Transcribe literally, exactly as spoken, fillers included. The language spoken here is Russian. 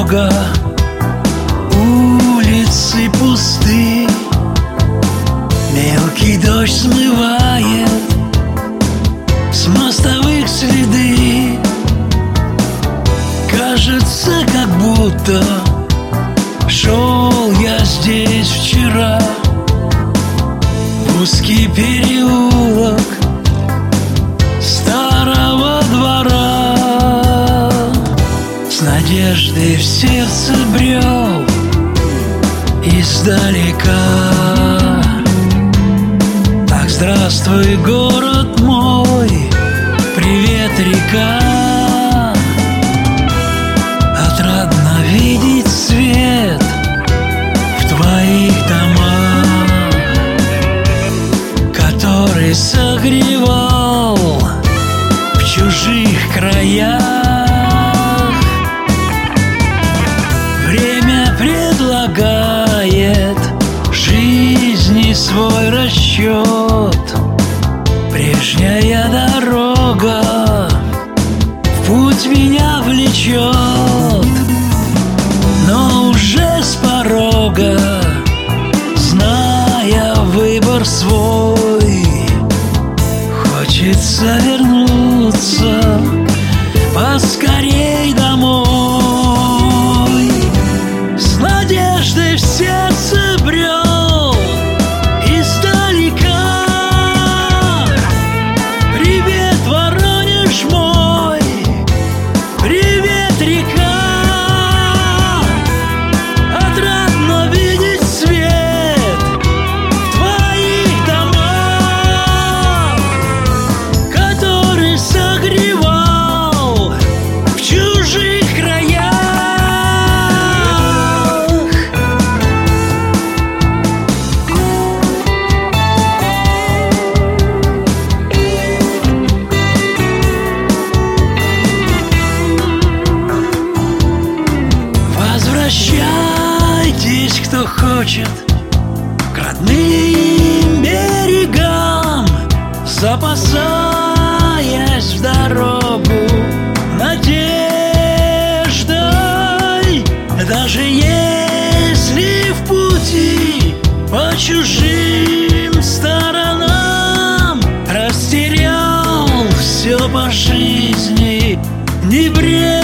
дорога, улицы пусты, мелкий дождь смывает с мостовых следы. Кажется, как будто шел я здесь вчера, в узкий переулок старого двора. С надеждой в сердце брел издалека. Так, здравствуй, город мой, привет, река. Отрадно видеть свет в твоих домах, который согревал в чужих краях. Время предлагает жизни свой расчет. Прежняя дорога в путь меня влечет, но уже с порога, зная выбор свой, хочется вернуться поскорей домой. С надеждой в сердце брел издалека. Привет, Воронеж мой, привет, река. Отрадно видеть свет в твоих домах, который согревал в чужих краях. Возвращайтесь, кто хочет, к родным берегам, запасаясь в дорогу надеждой. Даже если в пути по чужим сторонам растерял все по жизни, не бред.